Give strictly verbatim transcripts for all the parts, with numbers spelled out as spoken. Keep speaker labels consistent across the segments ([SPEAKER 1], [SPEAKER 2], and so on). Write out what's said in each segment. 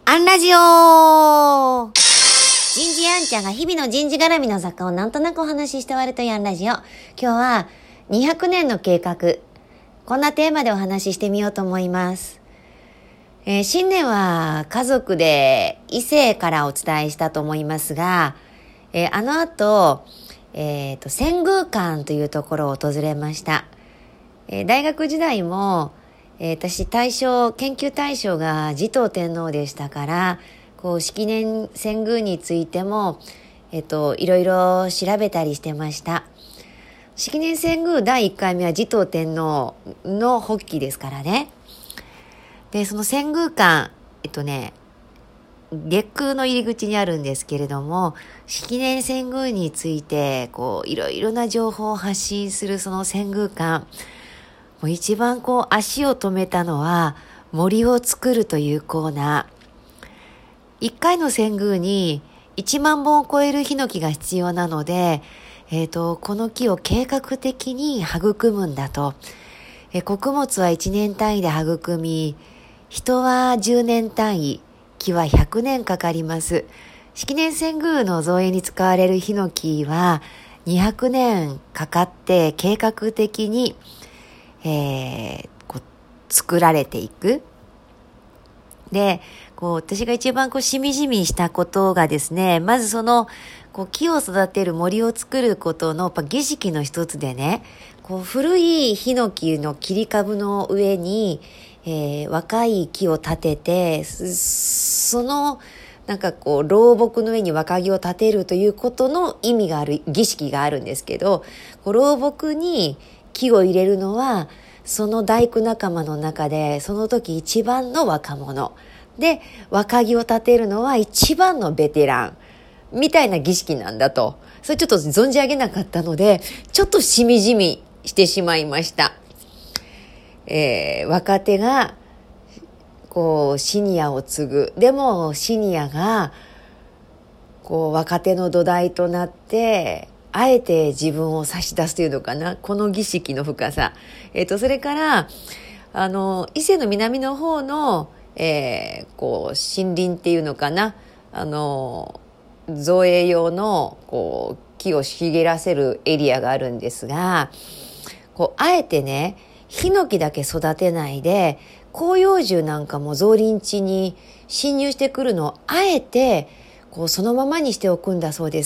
[SPEAKER 1] アンラジオ人事アンちゃんが日々の人事絡みの雑貨をなんとなくお話しして終わるというアンラジオ。今日はにひゃくねんの計画。こんなテーマでお話ししてみようと思います。えー、新年は家族で伊勢からお伝えしたと思いますが、えー、あの後、えーと、遷宮館というところを訪れました。えー、大学時代も、えー、私対象、研究対象が持統天皇でしたから、こう式年遷宮についても、えっと、いろいろ調べたりしてました。式年遷宮だいいっかいめは持統天皇の発起ですからね。で、その遷宮館、えっとね、月宮の入り口にあるんですけれども、式年遷宮について、こう、いろいろな情報を発信するその遷宮館、もう一番こう、足を止めたのは、森を作るというコーナー。一回の遷宮にいちまんぼんを超えるヒノキが必要なので、えっと、この木を計画的に育むんだと。え穀物はいちねん単位で育み、人はじゅうねん単位、木はひゃくねんかかります。式年遷宮の造営に使われるヒノキはにひゃくねんかかって計画的に、えー、こう作られていく。で、こう私が一番こうしみじみしたことがですね、まずそのこう木を育てる森を作ることのやっぱ儀式の一つでね、こう古いヒノキの切り株の上に、えー、若い木を立てて、そのなんかこう老木の上に若木を立てるということの意味がある儀式があるんですけど、こう老木に木を入れるのはその大工仲間の中でその時一番の若者で、若木を立てるのは一番のベテランみたいな儀式なんだと。それちょっと存じ上げなかったので、ちょっとしみじみしてしまいました。えー、若手がこうシニアを継ぐ。でもシニアがこう若手の土台となってあえて自分を差し出すというのかな、この儀式の深さ。えっとそれからあの伊勢の南の方の、えー、こう森林っていうのかな、あの造営用のこう木を茂らせるエリアがあるんですが、こうあえてねヒノキだけ育てないで広葉樹なんかも造林地に侵入してくるのをあえてこうそのままにしておくんだそうです。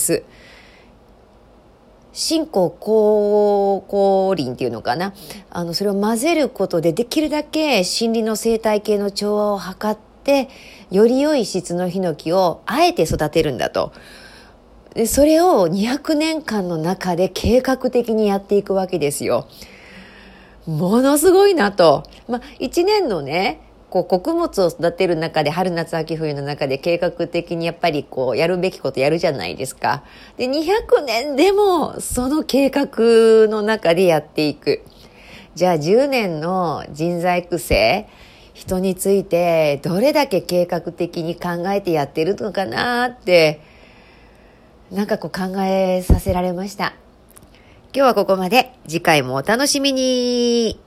[SPEAKER 1] 新興高高林っていうのかな、あのそれを混ぜることでできるだけ森林の生態系の調和を図ってより良い質のヒノキをあえて育てるんだと。でそれをにひゃくねんかんの中で計画的にやっていくわけですよ。ものすごいなと。まあ、いちねんのね、こう穀物を育てる中で春夏秋冬の中で計画的にやっぱりこうやるべきことやるじゃないですか。で、にひゃくねんでもその計画の中でやっていく。じゃあじゅうねんの人材育成、人についてどれだけ計画的に考えてやってるのかなって、なんかこう考えさせられました。今日はここまで。次回もお楽しみに。